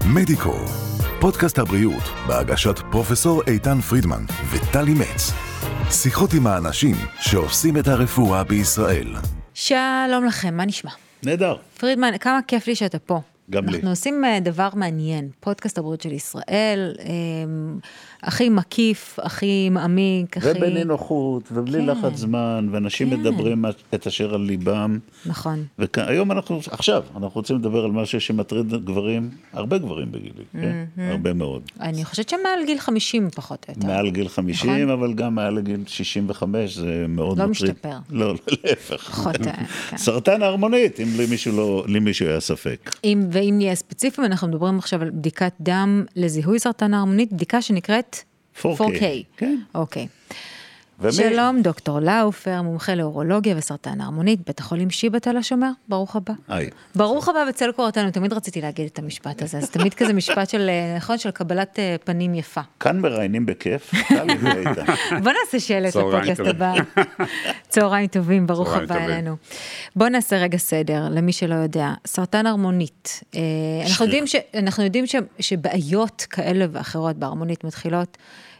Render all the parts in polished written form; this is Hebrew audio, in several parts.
מדיקו, פודקאסט הבריאות בהגשת פרופסור איתן פרידמן וטלי מצ. שיחות עם האנשים שעושים את הרפואה בישראל. שלום לכם, מה נשמע? נהדר. פרידמן, כמה כיף לי שאתה פה. גם לי. אנחנו עושים דבר מעניין, פודקאסט הבריאות של ישראל, הכי מקיף, הכי מעמיק, הכי... ובנינוחות, ובלי לחץ זמן, ואנשים מדברים את אשר על ליבם. נכון. והיום עכשיו, אנחנו רוצים לדבר על משהו שמטריד גברים, הרבה גברים בגילי, כן? הרבה מאוד. אני חושבת שמעל גיל 50 פחות או יותר. מעל גיל 50, אבל גם מעל גיל 65, זה מאוד לא מטריד. משתפר. לא, להפך. פחות, כן. סרטן ההרמונית, אם למישהו היה ספק. ואם נהיה ספציפיים, אנחנו מדברים עכשיו על בדיקת דם לזיהוי סרטן ההרמונית, בדיקה שנקראת 4K. כן. אוקיי. שלום, דוקטור לאופר, מומחה לאורולוגיה וסרטן ההרמונית, בית החולים שיבא תל השומר, ברוך הבא. היי. ברוך הבא בצל קורתנו, תמיד רציתי להגיד את המשפט הזה, אז תמיד כזה משפט של, נכון, של קבלת פנים יפה. כאן מראיינים בכיף, טלי ואיתן. בוא נעשה שאלת לפודקאסט הבא. צהריים טובים, ברוך הבא אלינו. בוא נעשה רגע סדר, למי שלא יודע, סרטן הרמונית, אנחנו יודעים שבעיות כאלה ואחרות בהרמונית מתחילות,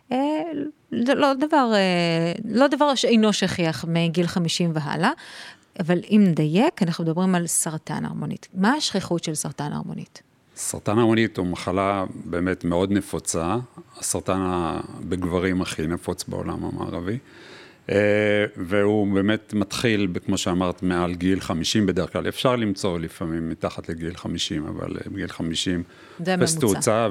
לא דבר שאינו שכיח מגיל 50 והלאה, אבל אם נדייק, אנחנו מדברים על סרטן הרמונית. מה השכיחות של סרטן הרמונית? סרטן הרמונית הוא מחלה באמת מאוד נפוצה, הסרטן בגברים הכי נפוץ בעולם המערבי, והוא באמת מתחיל, כמו שאמרת, מעל גיל 50 בדרך כלל. אפשר למצוא לפעמים מתחת לגיל 50, אבל בגיל 50 פסטוצה,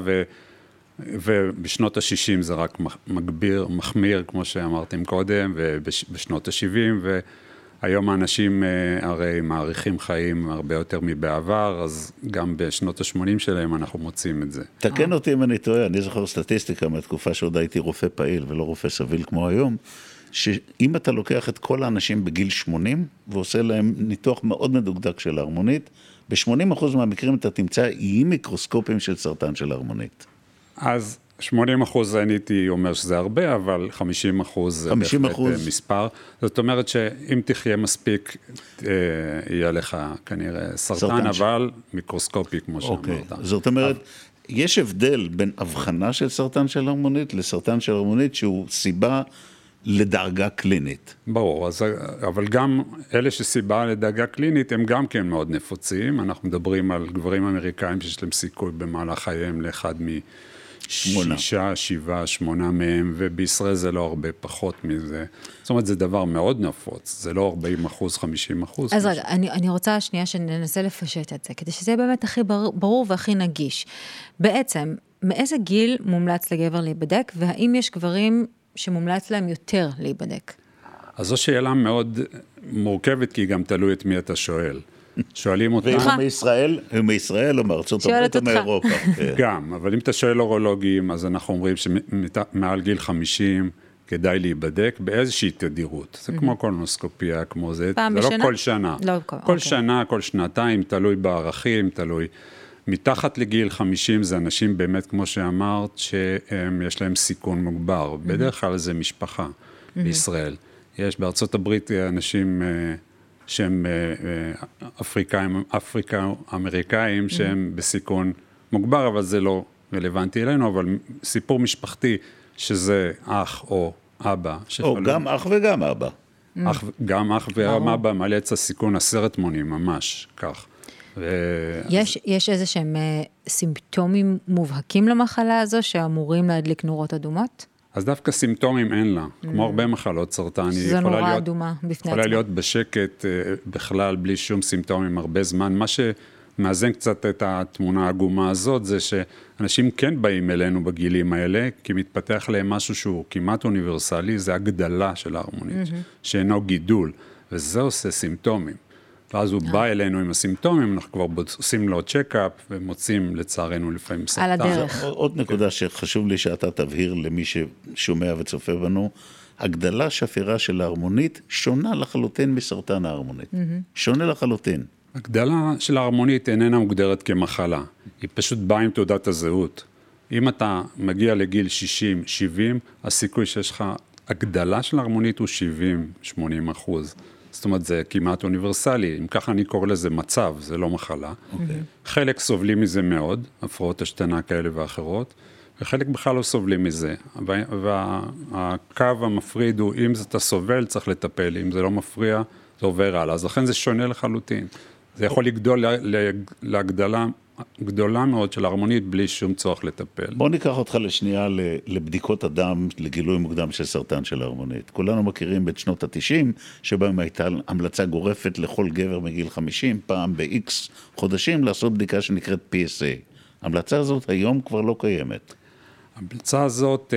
ובשנות ה-60 זה רק מחמיר, כמו שאמרתם קודם, ובשנות ה-70, והיום האנשים הרי מעריכים חיים הרבה יותר מבעבר, אז גם בשנות ה-80 שלהם אנחנו מוצאים את זה. תקן אותי אם אני טועה, אני זוכר סטטיסטיקה מהתקופה שעוד הייתי רופא פעיל ולא רופא סביל כמו היום, שאם אתה לוקח את כל האנשים בגיל 80, ועושה להם ניתוח מאוד מדוקדק של ההרמונית, ב-80% מהמקרים אתה תמצא איים מיקרוסקופיים של סרטן של ההרמונית. אז 80% הייתי אומר שזה הרבה, אבל 50% זה בהחלט מספר. זאת אומרת שאם תחיה מספיק, יהיה לך כנראה סרטן, אבל מיקרוסקופי, כמו שאמרת. זאת אומרת, יש הבדל בין הבחנה של סרטן של ההרמונית לסרטן של ההרמונית, שהוא סיבה לדאגה קלינית. ברור, אבל גם אלה שסיבה לדאגה קלינית, הם גם כן מאוד נפוצים. אנחנו מדברים על גברים אמריקאים שיש להם סיכוי במהלך חייהם לאחד שישה, 7, 8 מהם, ובישראל זה לא הרבה פחות מזה. זאת אומרת, זה דבר מאוד נפוץ, זה לא 40%, 50%. אז רגע, אני רוצה שנייה שננסה לפשט את זה, כדי שזה יהיה באמת הכי ברור והכי נגיש. בעצם, מאיזה גיל מומלץ לגבר להיבדק, והאם יש גברים שמומלץ להם יותר להיבדק? אז זו שאלה מאוד מורכבת, כי היא גם תלוי את מי אתה שואל. שואלים אותך. ואם מישראל או מארצות הברית או מאירופה. גם, אבל אם אתה שואל אורולוגים, אז אנחנו אומרים שמעל גיל 50 כדאי להיבדק באיזושהי תדירות. זה כמו קולונוסקופיה, כמו זה. פעם בשנה? זה לא כל שנה. כל שנה, כל שנתיים, תלוי בערכים, תלוי. מתחת לגיל 50 זה אנשים באמת, כמו שאמרת, שיש להם סיכון מוגבר. בדרך כלל זה משפחה בישראל. יש בארצות הברית אנשים שהם אפריקאים, שהם בסיכון מוגבר, אבל זה לא רלוונטי אלינו, אבל סיפור משפחתי שזה אח או אבא. או גם אח וגם אבא. גם אח וגם אבא מעלה את הסיכון 10 מונים, ממש כך. יש איזה שהם סימפטומים מובהקים למחלה הזו, שאמורים להדליק נורות אדומות? אז דווקא סימפטומים אין לה, כמו הרבה מחלות סרטן. זו נורה אדומה בפני עצמה. יכולה להיות בשקט בכלל, בלי שום סימפטומים הרבה זמן. מה שמאזן קצת את התמונה העגומה הזאת, זה שאנשים כן באים אלינו בגילים האלה, כי מתפתח להם משהו שהוא כמעט אוניברסלי, זה הגדלה של ההרמונית, שאינו גידול, וזה עושה סימפטומים. ואז הוא בא אלינו עם הסימפטומים, אנחנו כבר עושים לו צ'קאפ, ומוצאים לצערנו לפעמים סרטן. על הדרך. עוד נקודה שחשוב לי שאתה תבהיר למי ששומע וצופה בנו, הגדלה שפירה של ההרמונית שונה לחלוטין מסרטן ההרמונית. שונה לחלוטין. הגדלה של ההרמונית איננה מוגדרת כמחלה. היא פשוט באה עם תעודת הזהות. אם אתה מגיע לגיל 60-70, הסיכוי שיש לך הגדלה של ההרמונית הוא 70-80%. זאת אומרת, זה כמעט אוניברסלי, אם ככה אני קורא לזה מצב, זה לא מחלה. חלק סובלים מזה מאוד, הפרעות השתנה כאלה ואחרות, וחלק בכלל לא סובלים מזה. והקו המפריד הוא, אם אתה סובל, צריך לטפל, אם זה לא מפריע, זה עובר הלאה. אז לכן זה שונה לחלוטין. זה יכול לגדול להגדלה גדולה מאוד של הרמונית, בלי שום צורך לטפל. בוא ניקח אותך לשנייה לבדיקות הדם, לגילוי מוקדם של סרטן של הרמונית. כולנו מכירים את שנות ה-90, שבהם הייתה המלצה גורפת לכל גבר מגיל 50, פעם ב-X חודשים, לעשות בדיקה שנקראת PSA. ההמלצה הזאת היום כבר לא קיימת. ההמלצה הזאת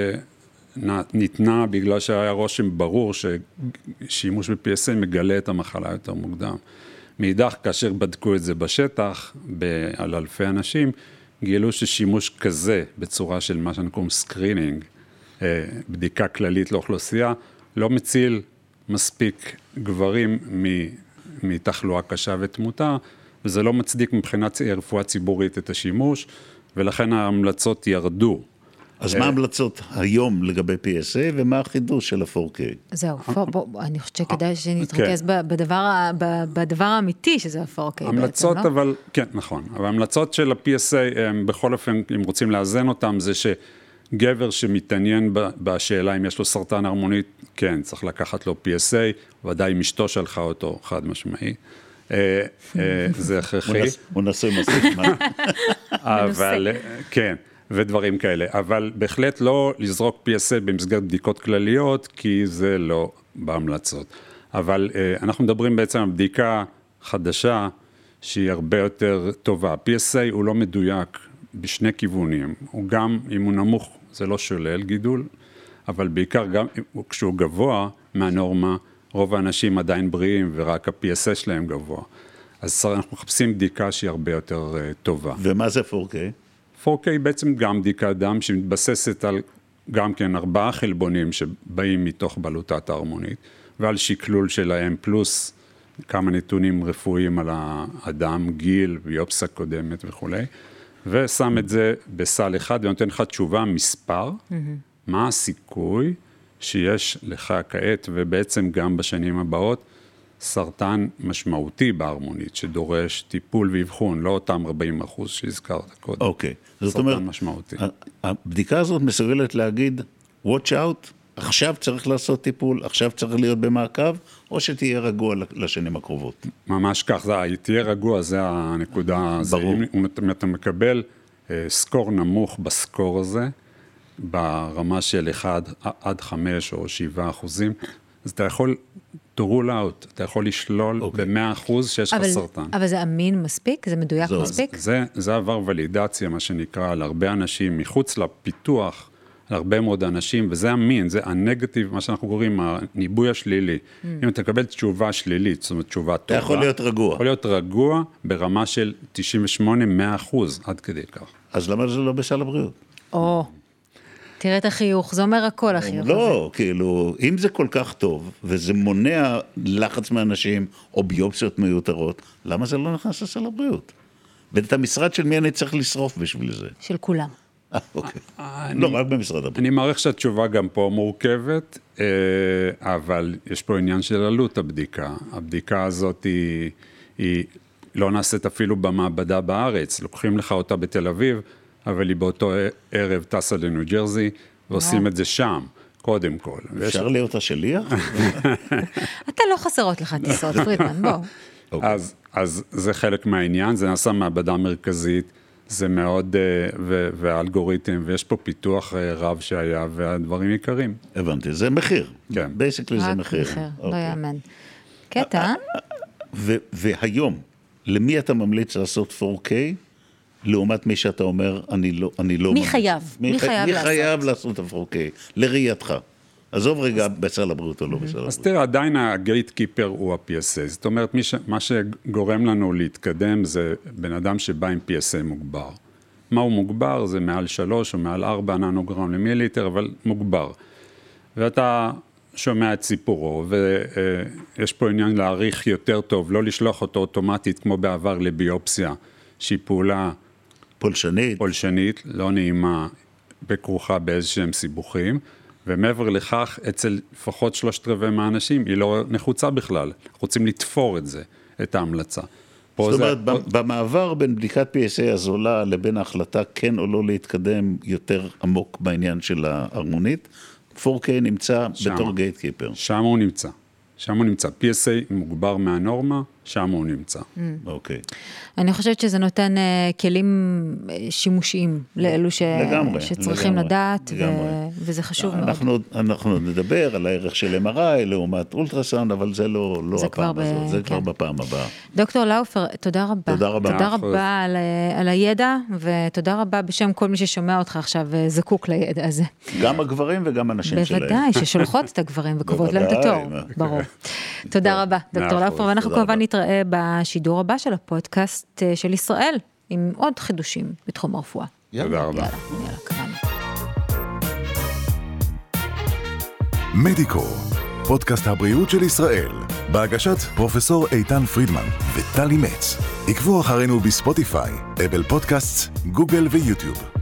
ניתנה בגלל שהיה רושם ברור ששימוש ב-PSA מגלה את המחלה יותר מוקדם. מאידך, כאשר בדקו את זה בשטח, על אלפי אנשים, גילו ששימוש כזה, בצורה של מה שאנחנו קוראים סקרינינג, בדיקה כללית לאוכלוסייה, לא מציל מספיק גברים מתחלואה קשה ותמותה, וזה לא מצדיק מבחינת רפואה ציבורית את השימוש, ולכן ההמלצות ירדו. אז מה ההמלצות היום לגבי PSA, ומה החידוש של ה-4K? זהו, אני חושבת שכדאי שנתרכז בדבר האמיתי, שזה ה-4K. המלצות, אבל, כן, נכון. אבל המלצות של ה-PSA, בכל אופן, אם רוצים לאזן אותם, זה שגבר שמתעניין בשאלה אם יש לו סרטן הרמונית, כן, צריך לקחת לו PSA, ודאי אם אשתו שלחה אותו, חד משמעי. זה הכרחי. הוא נעשה מספיק, מה? אבל, כן. ודברים כאלה, אבל בהחלט לא לזרוק PSA במסגרת בדיקות כלליות, כי זה לא בהמלצות. אבל אנחנו מדברים בעצם על בדיקה חדשה, שהיא הרבה יותר טובה. PSA הוא לא מדויק בשני כיוונים, הוא גם, אם הוא נמוך, זה לא שולל גידול, אבל בעיקר גם כשהוא גבוה מהנורמה, רוב האנשים עדיין בריאים, ורק ה-PSA שלהם גבוה. אז אנחנו מחפשים בדיקה שהיא הרבה יותר טובה. ומה זה 4K? 4K בעצם גם בדיקת דם שמתבססת על גם כן 4 חלבונים שבאים מתוך בלוטת ההרמונית, ועל שקלול שלהם פלוס כמה נתונים רפואיים על האדם, גיל, ביופסיה קודמת וכו'. ושם את זה בסל אחד ונותן לך תשובה מספר, מה הסיכוי שיש לך כעת ובעצם גם בשנים הבאות, סרטן משמעותי בהרמונית, שדורש טיפול ואבחון, לא אותם 40% שהזכרת קודם. אוקיי. זאת אומרת, משמעותי. הבדיקה הזאת מסוגלת להגיד, watch out, עכשיו צריך לעשות טיפול, עכשיו צריך להיות במעקב, או שתהיה רגוע לשנים הקרובות? ממש כך, תהיה רגוע, זה הנקודה. ברור. אם אתה מקבל סקור נמוך בסקור הזה, ברמה של 1 עד 5 או 7%, אז אתה יכול to rule out, אתה יכול לשלול ב-100% שיש לך סרטן. אבל זה אמין מספיק? זה מדויק מספיק? זה עבר ולידציה, מה שנקרא, על הרבה אנשים, מחוץ לפיתוח, על הרבה מאוד אנשים, וזה אמין, זה הנגטיב, מה שאנחנו קוראים, הניבוי השלילי. אם אתה תקבל תשובה שלילית, זאת אומרת, תשובה טובה. אתה יכול להיות רגוע. יכול להיות רגוע ברמה של 98-100%, עד כדי כך. אז למה זה לא בסל הבריאות? תראה את החיוך, זה אומר הכל החיוך הזה. לא, כאילו, אם זה כל כך טוב, וזה מונע לחץ מאנשים, או ביופסיות מיותרות, למה זה לא נכנס לסל הבריאות? ואת המשרד של מי אני צריך לשרוף בשביל זה? של כולם. אוקיי. לא, רק במשרד הבריאות. אני מעריך שהתשובה גם פה מורכבת, אבל יש פה עניין של עלות הבדיקה. הבדיקה הזאת היא לא נעשית אפילו במעבדה בארץ, לוקחים לך אותה בתל אביב, אבל היא באותו ערב טסה לניו ג'רזי, ועושים את זה שם, קודם כל. אפשר להיות השליח? אתה לא חסרות לך טיסות, פרידמן, בוא. אז זה חלק מהעניין, זה נעשה מעבדה מרכזית, זה מאוד, והאלגוריתם, ויש פה פיתוח רב שהיה, והדברים יקרים. הבנתי, זה מחיר. כן. בייסיקלי זה מחיר. רק מחיר, לא יאמן. קטע? והיום, למי אתה ממליץ לעשות 4K? לעומת מי שאתה אומר, אני לא... מי חייב? מי חייב לעשות ה-4K? לראייתך. עזוב רגע בסל הבריאות או לא בסל הבריאות. אז תראה, עדיין הגייט קיפר הוא ה-PSA. זאת אומרת, מה שגורם לנו להתקדם זה בן אדם שבא עם PSA מוגבר. מה הוא מוגבר? זה מעל 3 או מעל 4 ננוגרם למיליליטר, אבל מוגבר. ואתה שומע את סיפורו, ויש פה עניין להעריך יותר טוב, לא לשלוח אותו אוטומטית כמו בעבר לביופסיה, שהיא פעולה פולשנית, לא נעימה, בכרוכה באיזשהם סיבוכים, ומעבר לכך, אצל לפחות 3/4 מהאנשים, היא לא נחוצה בכלל. רוצים לתפור את זה, את ההמלצה. זאת אומרת, במעבר בין בדיקת PSA הזולה לבין ההחלטה כן או לא להתקדם יותר עמוק בעניין של ההרמונית, 4K נמצא בתור גייטקיפר. שם הוא נמצא. שם הוא נמצא. PSA מוגבר מהנורמה, שם הוא נמצא. אוקיי. אני חושבת שזה נותן כלים שימושיים לאלו שצריכים לדעת, וזה חשוב מאוד. אנחנו נדבר על הערך של MRI לעומת אולטרסאונד, אבל זה לא הפעם הזאת, זה כבר בפעם הבאה. דוקטור לאופר, תודה רבה. תודה רבה. תודה רבה על הידע, ותודה רבה בשם כל מי ששומע אותך עכשיו זקוק לידע הזה. גם הגברים וגם הנשים שלהם. בוודאי, ששולחות את הגברים וקובעות להם את התור. ברור. תודה רבה, דוקטור לאופר, ואנחנו כמובן נתראה בשידור הבא של הפודקאסט של ישראל, עם עוד חידושים בתחום הרפואה. תודה רבה. יאללה, קראנו. מדיקו, פודקאסט הבריאות של ישראל, בהגשת פרופסור איתן פרידמן וטלי מצ. עקבו אחרינו בספוטיפיי, אפל פודקאסט, גוגל ויוטיוב.